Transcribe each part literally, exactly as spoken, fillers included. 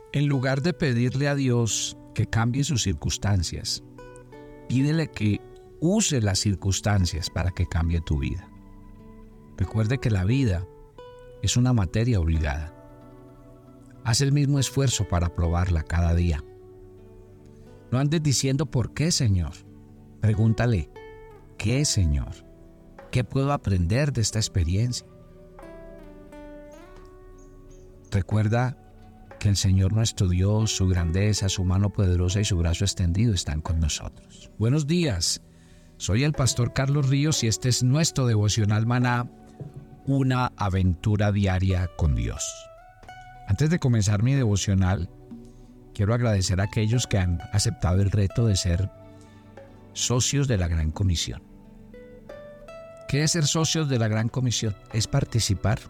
En lugar de pedirle a Dios que cambie sus circunstancias, pídele que use las circunstancias para que cambie tu vida. Recuerde que la vida es una materia obligada. Haz el mismo esfuerzo para probarla cada día. No andes diciendo ¿por qué, Señor? Pregúntale ¿qué, Señor? ¿Qué puedo aprender de esta experiencia? Recuerda que el Señor nuestro Dios, su grandeza, su mano poderosa y su brazo extendido están con nosotros. Buenos días, soy el pastor Carlos Ríos y este es nuestro devocional Maná, una aventura diaria con Dios. Antes de comenzar mi devocional, quiero agradecer a aquellos que han aceptado el reto de ser socios de la Gran Comisión. ¿Qué es ser socios de la Gran Comisión? Es participar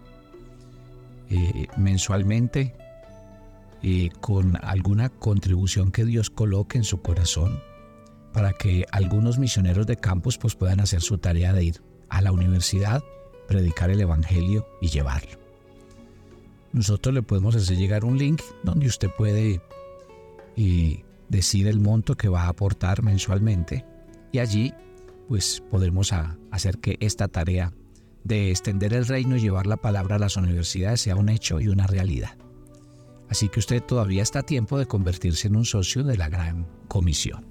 eh, mensualmente eh, con alguna contribución que Dios coloque en su corazón para que algunos misioneros de campus pues, puedan hacer su tarea de ir a la universidad, predicar el evangelio y llevarlo. Nosotros le podemos hacer llegar un link donde usted puede eh, decir el monto que va a aportar mensualmente y allí pues podremos a, hacer que esta tarea de extender el reino y llevar la palabra a las universidades sea un hecho y una realidad. Así que usted todavía está a tiempo de convertirse en un socio de la Gran Comisión.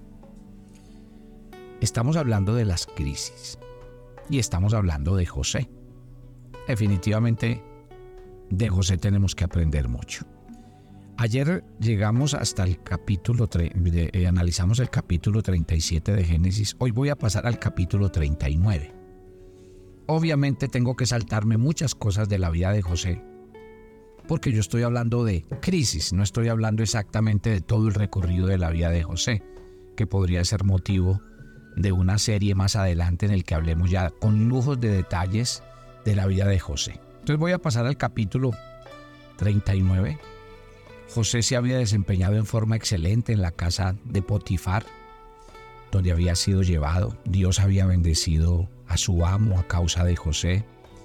Estamos hablando de las crisis y estamos hablando de José. Definitivamente de José tenemos que aprender mucho. Ayer llegamos hasta el capítulo, tre- de, eh, analizamos el capítulo treinta y siete de Génesis. Hoy voy a pasar al capítulo treinta y nueve. Obviamente tengo que saltarme muchas cosas de la vida de José, porque yo estoy hablando de crisis, no estoy hablando exactamente de todo el recorrido de la vida de José, que podría ser motivo de una serie más adelante en el que hablemos ya con lujos de detalles de la vida de José. Entonces voy a pasar al capítulo treinta y nueve. José se había desempeñado en forma excelente en la casa de Potifar, donde había sido llevado. Dios había bendecido a su amo a causa de José,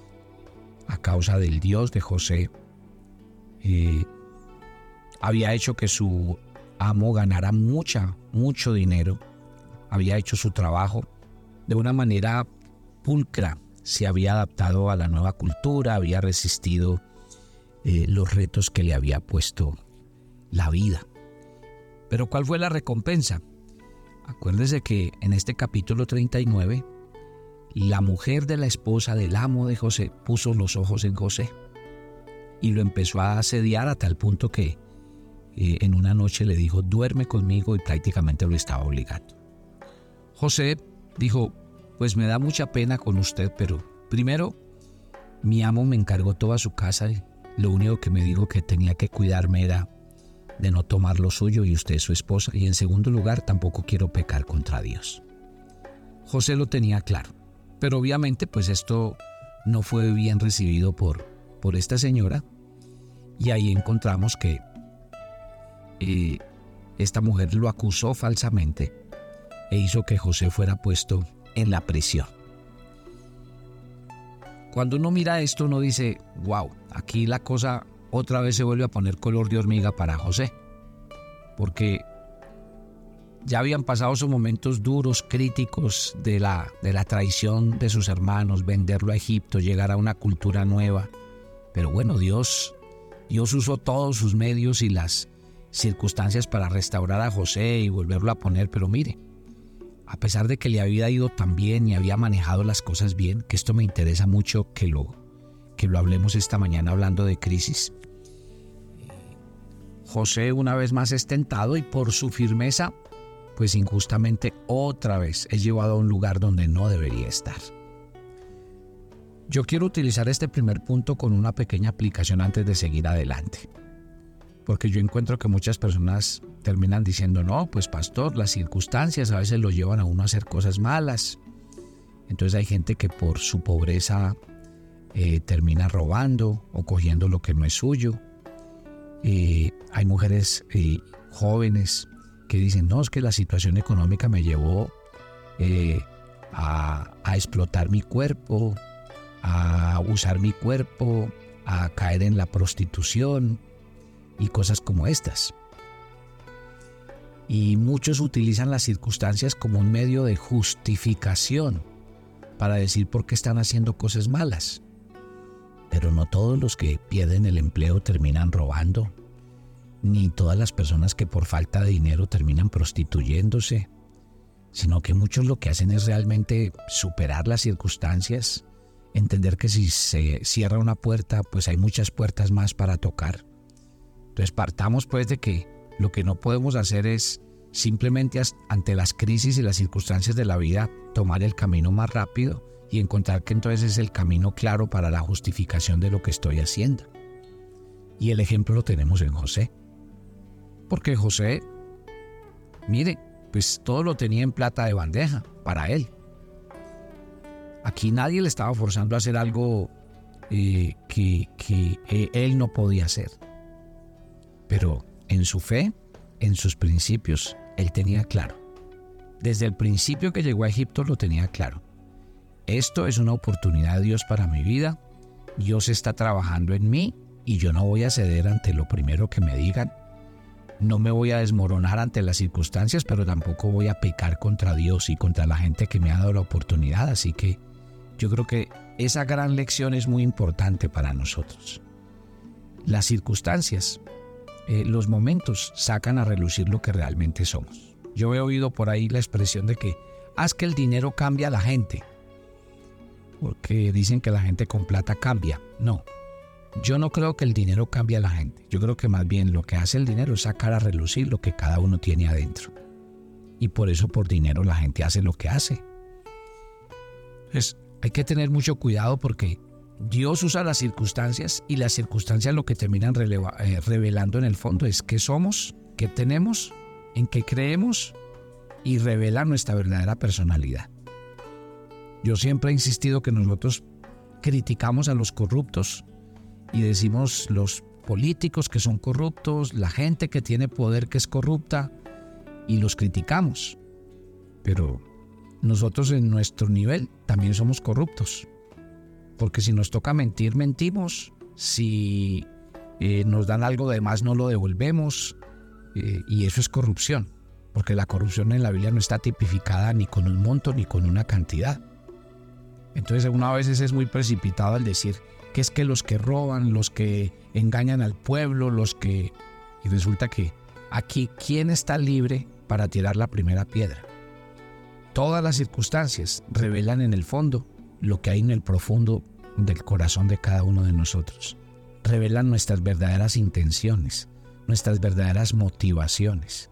a causa del Dios de José. Eh, había hecho que su amo ganara mucha, mucho dinero. Había hecho su trabajo de una manera pulcra. Se había adaptado a la nueva cultura, había resistido eh, los retos que le había puesto la vida. Pero ¿cuál fue la recompensa? Acuérdese que en este capítulo treinta y nueve, la mujer de la esposa del amo de José puso los ojos en José y lo empezó a asediar a tal punto que eh, en una noche le dijo, duerme conmigo, y prácticamente lo estaba obligando. José dijo, pues me da mucha pena con usted, pero primero, mi amo me encargó toda su casa y lo único que me dijo que tenía que cuidarme era de no tomar lo suyo y usted es su esposa. Y en segundo lugar, tampoco quiero pecar contra Dios. José lo tenía claro, pero obviamente pues esto no fue bien recibido por, por esta señora, y ahí encontramos que eh, esta mujer lo acusó falsamente e hizo que José fuera puesto en la prisión. Cuando uno mira esto, uno dice, wow, aquí la cosa otra vez se vuelve a poner color de hormiga para José, porque ya habían pasado esos momentos duros, críticos de la, de la traición de sus hermanos, venderlo a Egipto, llegar a una cultura nueva. Pero bueno, Dios, Dios usó todos sus medios y las circunstancias para restaurar a José y volverlo a poner. Pero mire, a pesar de que le había ido tan bien y había manejado las cosas bien, que esto me interesa mucho que lo, que lo hablemos esta mañana hablando de crisis, José una vez más es tentado y por su firmeza, pues injustamente otra vez es llevado a un lugar donde no debería estar. Yo quiero utilizar este primer punto con una pequeña aplicación antes de seguir adelante, porque yo encuentro que muchas personas terminan diciendo, no, pues pastor, las circunstancias a veces lo llevan a uno a hacer cosas malas. Entonces hay gente que por su pobreza eh, termina robando o cogiendo lo que no es suyo. Eh, hay mujeres eh, jóvenes que dicen, no, es que la situación económica me llevó eh, a, a explotar mi cuerpo, a usar mi cuerpo, a caer en la prostitución. y cosas como estas. Y muchos utilizan las circunstancias como un medio de justificación para decir por qué están haciendo cosas malas. Pero no todos los que pierden el empleo terminan robando, ni todas las personas que por falta de dinero terminan prostituyéndose, sino que muchos lo que hacen es realmente superar las circunstancias, entender que si se cierra una puerta, pues hay muchas puertas más para tocar. Entonces partamos pues de que lo que no podemos hacer es simplemente ante las crisis y las circunstancias de la vida tomar el camino más rápido y encontrar que entonces es el camino claro para la justificación de lo que estoy haciendo. Y el ejemplo lo tenemos en José. Porque José, mire, pues todo lo tenía en plata de bandeja para él. Aquí nadie le estaba forzando a hacer algo eh, que, que eh, él no podía hacer. Pero en su fe, en sus principios, él tenía claro. Desde el principio que llegó a Egipto lo tenía claro. Esto es una oportunidad de Dios para mi vida. Dios está trabajando en mí y yo no voy a ceder ante lo primero que me digan. No me voy a desmoronar ante las circunstancias, pero tampoco voy a pecar contra Dios y contra la gente que me ha dado la oportunidad. Así que yo creo que esa gran lección es muy importante para nosotros. Las circunstancias, eh, los momentos sacan a relucir lo que realmente somos. Yo he oído por ahí la expresión de que haz que el dinero cambie a la gente, porque dicen que la gente con plata cambia. No, yo no creo que el dinero cambie a la gente. Yo creo que más bien lo que hace el dinero es sacar a relucir lo que cada uno tiene adentro. Y por eso por dinero la gente hace lo que hace. Entonces hay que tener mucho cuidado porque Dios usa las circunstancias y las circunstancias lo que terminan releva, eh, revelando en el fondo es qué somos, qué tenemos, en qué creemos y revela nuestra verdadera personalidad. Yo siempre he insistido que nosotros criticamos a los corruptos y decimos los políticos que son corruptos, la gente que tiene poder que es corrupta y los criticamos. Pero nosotros en nuestro nivel también somos corruptos. Porque si nos toca mentir, mentimos. Si eh, nos dan algo de más, no lo devolvemos. Eh, y eso es corrupción. Porque la corrupción en la Biblia no está tipificada ni con un monto ni con una cantidad. Entonces una vez es muy precipitado al decir que es que los que roban, los que engañan al pueblo, los que... Y resulta que aquí, ¿quién está libre para tirar la primera piedra? Todas las circunstancias revelan en el fondo lo que hay en el profundo del corazón de cada uno de nosotros. Revelan nuestras verdaderas intenciones, nuestras verdaderas motivaciones.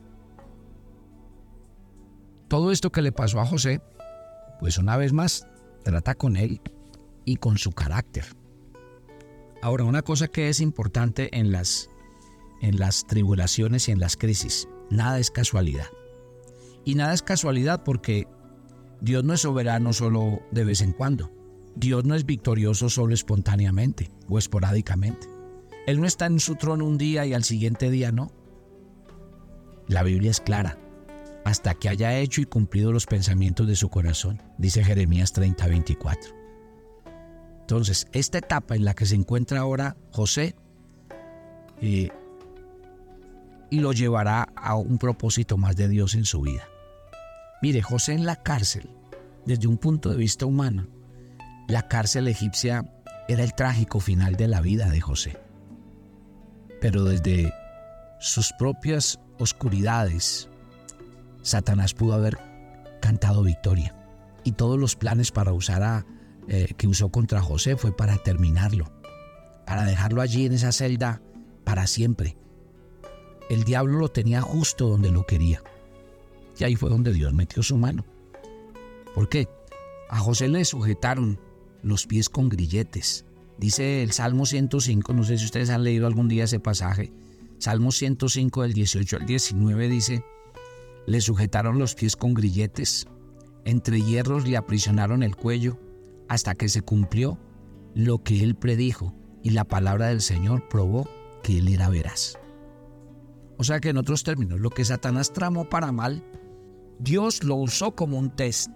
Todo esto que le pasó a José, pues una vez más, trata con él y con su carácter. Ahora, una cosa que es importante en las, en las tribulaciones y en las crisis, nada es casualidad. Y nada es casualidad porque Dios no es soberano solo de vez en cuando. Dios no es victorioso solo espontáneamente o esporádicamente. Él no está en su trono un día y al siguiente día no. La Biblia es clara. Hasta que haya hecho y cumplido los pensamientos de su corazón, dice Jeremías treinta, veinticuatro. Entonces, esta etapa en la que se encuentra ahora José eh, lo llevará a un propósito más de Dios en su vida. Mire, José en la cárcel, desde un punto de vista humano, la cárcel egipcia era el trágico final de la vida de José. Pero desde sus propias oscuridades, Satanás pudo haber cantado victoria. Y todos los planes para usar a, eh, que usó contra José fue para terminarlo, para dejarlo allí en esa celda para siempre. El diablo lo tenía justo donde lo quería. Y ahí fue donde Dios metió su mano. ¿Por qué? A José le sujetaron los pies con grilletes. Dice el Salmo ciento cinco, no sé si ustedes han leído algún día ese pasaje. Salmo ciento cinco del dieciocho al diecinueve dice: le sujetaron los pies con grilletes, entre hierros le aprisionaron el cuello, hasta que se cumplió lo que él predijo, y la palabra del Señor probó que él era veraz. O sea que en otros términos, lo que Satanás tramó para mal, Dios lo usó como un test.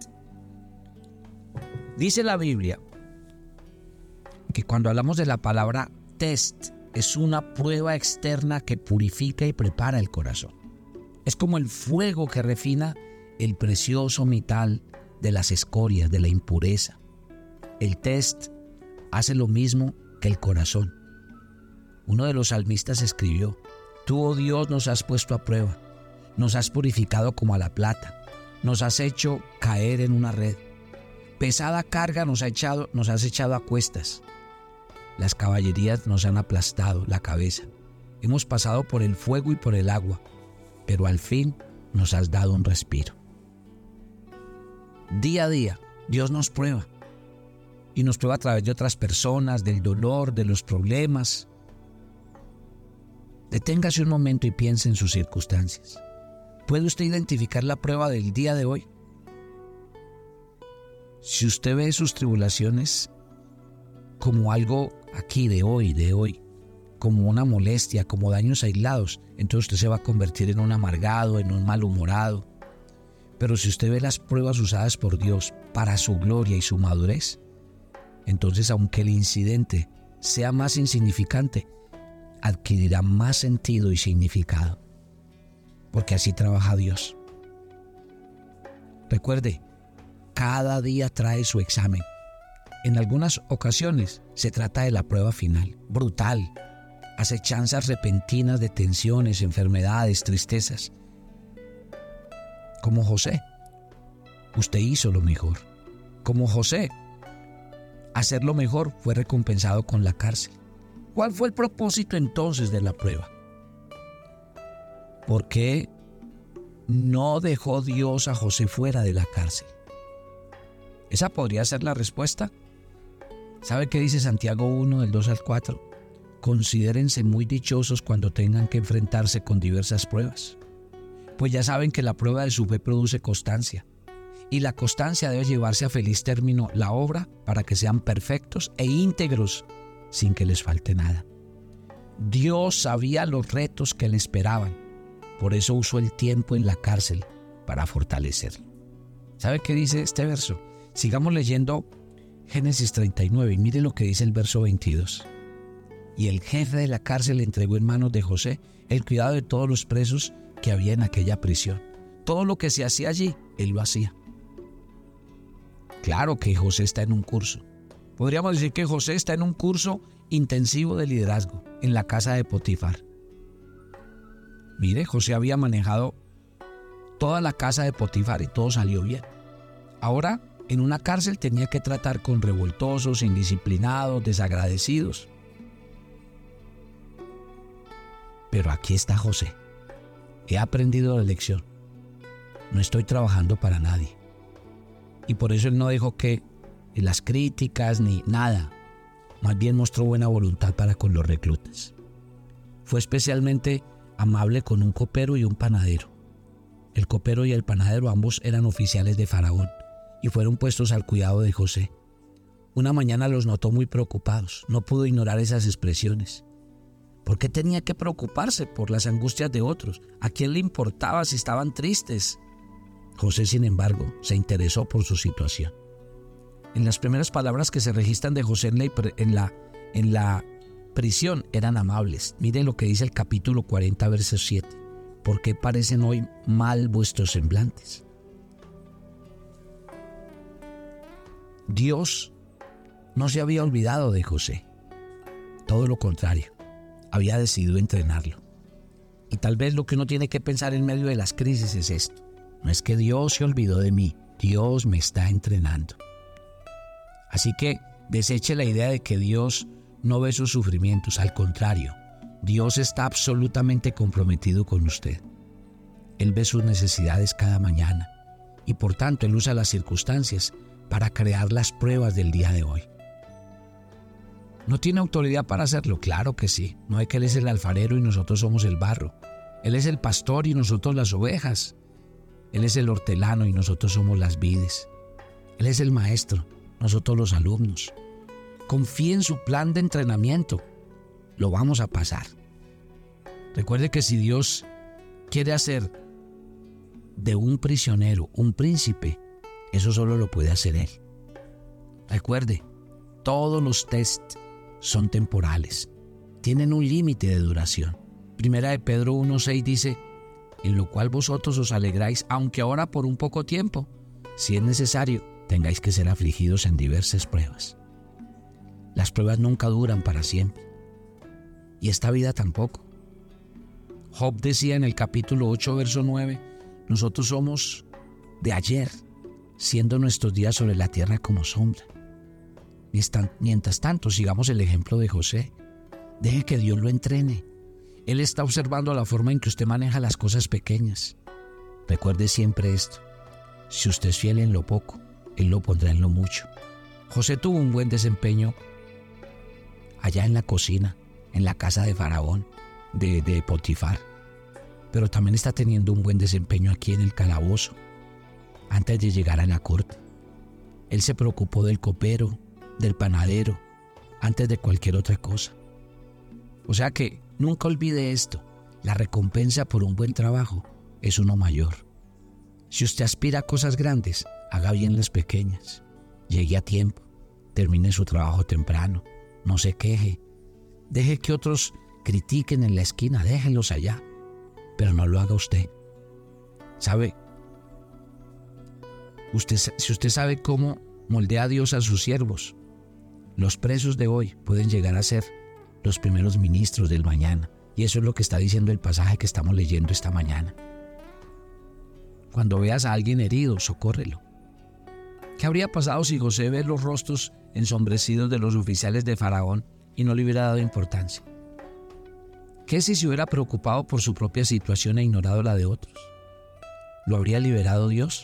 Dice la Biblia que cuando hablamos de la palabra test, es una prueba externa que purifica y prepara el corazón. Es como el fuego que refina el precioso metal de las escorias, de la impureza. El test hace lo mismo que el corazón. Uno de los salmistas escribió: Tú, oh Dios, nos has puesto a prueba, nos has purificado como a la plata, nos has hecho caer en una red. Pesada carga nos, ha echado, nos has echado a cuestas. Las caballerías nos han aplastado la cabeza. Hemos pasado por el fuego y por el agua, pero al fin nos has dado un respiro. Día a día, Dios nos prueba. Y nos prueba a través de otras personas, del dolor, de los problemas. Deténgase un momento y piense en sus circunstancias. ¿Puede usted identificar la prueba del día de hoy? Si usted ve sus tribulaciones como algo aquí de hoy, de hoy, como una molestia, como daños aislados, entonces usted se va a convertir en un amargado, en un malhumorado. Pero si usted ve las pruebas usadas por Dios para su gloria y su madurez, entonces aunque el incidente sea más insignificante, adquirirá más sentido y significado, porque así trabaja Dios. Recuerde, cada día trae su examen. En algunas ocasiones se trata de la prueba final, brutal, acechanzas repentinas de tensiones, enfermedades, tristezas. Como José, usted hizo lo mejor. Como José, hacer lo mejor fue recompensado con la cárcel. ¿Cuál fue el propósito entonces de la prueba? ¿Por qué no dejó Dios a José fuera de la cárcel? Esa podría ser la respuesta. ¿Sabe qué dice Santiago uno, del dos al cuatro? Considérense muy dichosos cuando tengan que enfrentarse con diversas pruebas, pues ya saben que la prueba de su fe produce constancia, y la constancia debe llevarse a feliz término la obra para que sean perfectos e íntegros sin que les falte nada. Dios sabía los retos que le esperaban, por eso usó el tiempo en la cárcel para fortalecerlo. ¿Sabe qué dice este verso? Sigamos leyendo Génesis treinta y nueve y mire lo que dice el verso veintidós. Y el jefe de la cárcel entregó en manos de José el cuidado de todos los presos que había en aquella prisión. Todo lo que se hacía allí, él lo hacía. Claro que José está en un curso. Podríamos decir que José está en un curso intensivo de liderazgo en la casa de Potifar. Mire, José había manejado toda la casa de Potifar y todo salió bien. Ahora, en una cárcel tenía que tratar con revoltosos, indisciplinados, desagradecidos. Pero aquí está José. He aprendido la lección. No estoy trabajando para nadie. Y por eso él no dejó que las críticas ni nada. Más bien mostró buena voluntad para con los reclutas. Fue especialmente amable con un copero y un panadero. El copero y el panadero ambos eran oficiales de Faraón y fueron puestos al cuidado de José. Una mañana los notó muy preocupados. No pudo ignorar esas expresiones. ¿Por qué tenía que preocuparse por las angustias de otros? ¿A quién le importaba si estaban tristes? José, sin embargo, se interesó por su situación. En las primeras palabras que se registran de José en la, en la, en la prisión eran amables. Miren lo que dice el capítulo cuarenta, verso siete. ¿Por qué parecen hoy mal vuestros semblantes? Dios no se había olvidado de José. Todo lo contrario, había decidido entrenarlo. Y tal vez lo que uno tiene que pensar en medio de las crisis es esto. No es que Dios se olvidó de mí, Dios me está entrenando. Así que deseche la idea de que Dios no ve sus sufrimientos. Al contrario, Dios está absolutamente comprometido con usted. Él ve sus necesidades cada mañana y por tanto Él usa las circunstancias para crear las pruebas del día de hoy. ¿No tiene autoridad para hacerlo? Claro que sí. No es que Él es el alfarero y nosotros somos el barro. Él es el pastor y nosotros las ovejas. Él es el hortelano y nosotros somos las vides. Él es el maestro, nosotros los alumnos. Confíe en su plan de entrenamiento. Lo vamos a pasar. Recuerde que si Dios quiere hacer de un prisionero un príncipe, eso solo lo puede hacer Él. Recuerde, todos los tests son temporales. tienen un límite de duración. Primera de Pedro uno seis dice, en lo cual vosotros os alegráis, aunque ahora por un poco tiempo, si es necesario, tengáis que ser afligidos en diversas pruebas. Las pruebas nunca duran para siempre. Y esta vida tampoco. Job decía en el capítulo ocho, verso nueve, nosotros somos de ayer, siendo nuestros días sobre la tierra como sombra. Mientras tanto, sigamos el ejemplo de José. Deje que Dios lo entrene. Él está observando la forma en que usted maneja las cosas pequeñas. Recuerde siempre esto. Si usted es fiel en lo poco, Él lo pondrá en lo mucho. José tuvo un buen desempeño allá en la cocina, en la casa de Faraón, de, de Potifar. Pero también está teniendo un buen desempeño aquí en el calabozo, antes de llegar a la corte. Él se preocupó del copero, del panadero, antes de cualquier otra cosa. O sea que nunca olvide esto, la recompensa por un buen trabajo es uno mayor. Si usted aspira a cosas grandes, haga bien las pequeñas. Llegue a tiempo, termine su trabajo temprano, no se queje. Deje que otros critiquen en la esquina, déjenlos allá, pero no lo haga usted. ¿Sabe? Usted, si usted sabe cómo moldea a Dios a sus siervos, los presos de hoy pueden llegar a ser los primeros ministros del mañana. Y eso es lo que está diciendo el pasaje que estamos leyendo esta mañana. Cuando veas a alguien herido, socórrelo. ¿Qué habría pasado si José ve los rostros ensombrecidos de los oficiales de Faraón y no le hubiera dado importancia? ¿Qué si se hubiera preocupado por su propia situación e ignorado la de otros? ¿Lo habría liberado Dios?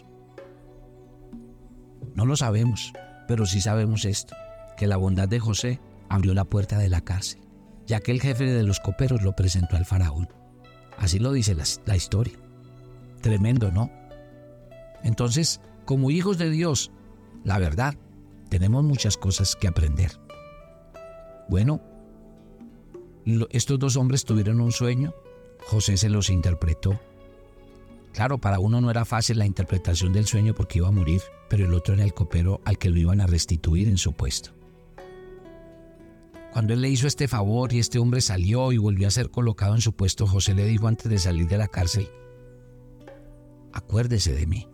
No lo sabemos, pero sí sabemos esto, que la bondad de José abrió la puerta de la cárcel, ya que el jefe de los coperos lo presentó al Faraón. Así lo dice la, la historia. Tremendo, ¿no? Entonces, como hijos de Dios, la verdad, tenemos muchas cosas que aprender. Bueno, lo, estos dos hombres tuvieron un sueño, José se los interpretó. Claro, para uno no era fácil la interpretación del sueño porque iba a morir, pero el otro era el copero al que lo iban a restituir en su puesto. Cuando él le hizo este favor y este hombre salió y volvió a ser colocado en su puesto, José le dijo antes de salir de la cárcel, acuérdese de mí.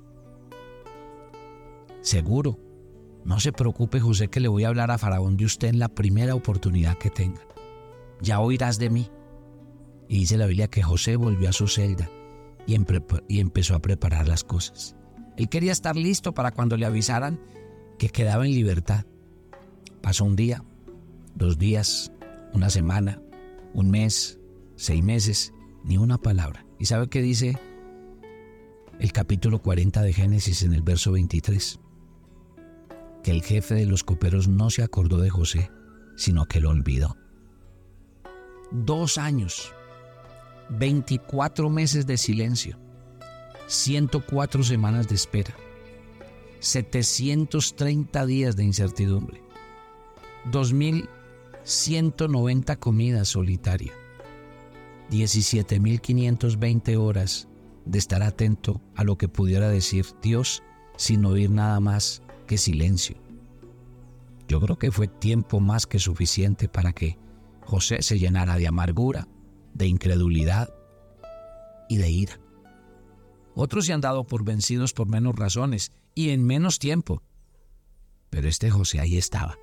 Seguro, no se preocupe, José, que le voy a hablar a Faraón de usted en la primera oportunidad que tenga. Ya oirás de mí. Y dice la Biblia que José volvió a su celda y, empe- y empezó a preparar las cosas. Él quería estar listo para cuando le avisaran que quedaba en libertad. Pasó un día, dos días, una semana, un mes, seis meses, ni una palabra. ¿Y sabe qué dice el capítulo cuarenta de Génesis en el verso veintitrés? Que el jefe de los coperos no se acordó de José, sino que lo olvidó. Dos años, veinticuatro meses de silencio, ciento cuatro semanas de espera, setecientos treinta días de incertidumbre, dos mil ciento noventa comidas solitarias, diecisiete mil quinientas veinte horas de estar atento a lo que pudiera decir Dios sin oír nada más que silencio. Yo creo que fue tiempo más que suficiente para que José se llenara de amargura, de incredulidad y de ira. Otros se han dado por vencidos por menos razones y en menos tiempo, pero este José ahí estaba.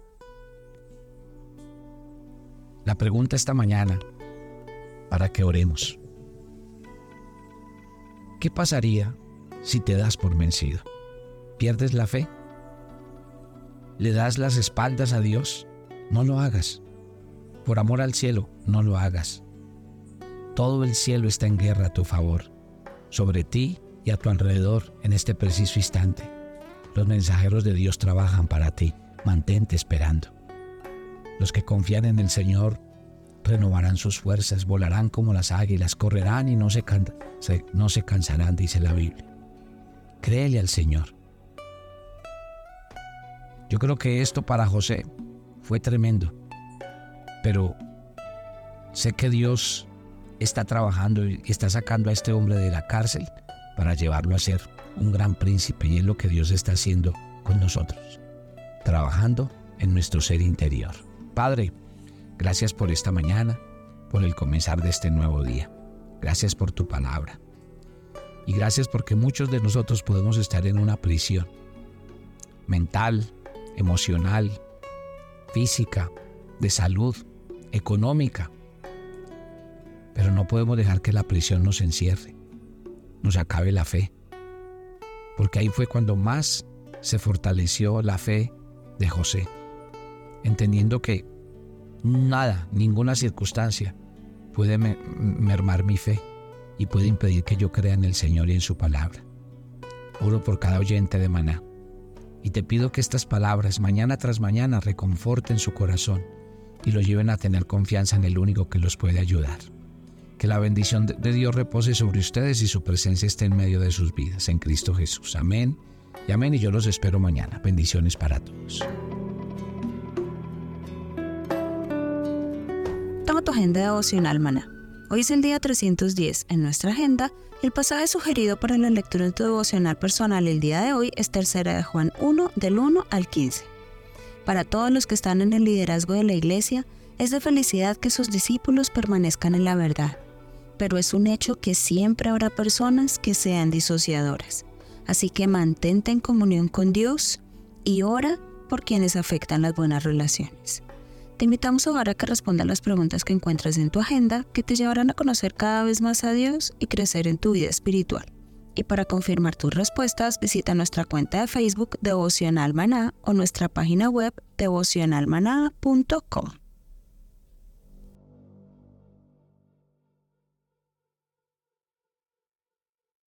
La pregunta esta mañana, para que oremos: ¿qué pasaría si te das por vencido? ¿Pierdes la fe? ¿Le das las espaldas a Dios? No lo hagas. Por amor al cielo, no lo hagas. Todo el cielo está en guerra a tu favor, sobre ti y a tu alrededor en este preciso instante. Los mensajeros de Dios trabajan para ti. Mantente esperando. Los que confían en el Señor renovarán sus fuerzas, volarán como las águilas, correrán y no se, can- se, no se cansarán, dice la Biblia. Créele al Señor. Yo creo que esto para José fue tremendo, pero sé que Dios está trabajando y está sacando a este hombre de la cárcel para llevarlo a ser un gran príncipe, y es lo que Dios está haciendo con nosotros, trabajando en nuestro ser interior. Padre, Gracias por esta mañana, por el comenzar de este nuevo día. Gracias por tu palabra. Y gracias porque muchos de nosotros podemos estar en una prisión mental, emocional, física, de salud, económica. Pero no podemos dejar que la prisión nos encierre, nos acabe la fe. Porque ahí fue cuando más se fortaleció la fe de José, entendiendo que nada, ninguna circunstancia puede mermar mi fe y puede impedir que yo crea en el Señor y en su palabra. Oro por cada oyente de Maná y te pido que estas palabras mañana tras mañana reconforten su corazón y lo lleven a tener confianza en el único que los puede ayudar. Que la bendición de Dios repose sobre ustedes y su presencia esté en medio de sus vidas, en Cristo Jesús. Amén y amén, y yo los espero mañana. Bendiciones para todos. Toma tu agenda devocional Maná. Hoy es el día trescientos diez. En nuestra agenda, el pasaje sugerido para la lectura en tu devocional personal el día de hoy es Tercera de Juan uno, del uno al quince. Para todos los que están en el liderazgo de la iglesia, es de felicidad que sus discípulos permanezcan en la verdad. Pero es un hecho que siempre habrá personas que sean disociadoras. Así que mantente en comunión con Dios y ora por quienes afectan las buenas relaciones. Te invitamos ahora a que respondas las preguntas que encuentras en tu agenda, que te llevarán a conocer cada vez más a Dios y crecer en tu vida espiritual. Y para confirmar tus respuestas, visita nuestra cuenta de Facebook Devocional Maná o nuestra página web devocional maná punto com.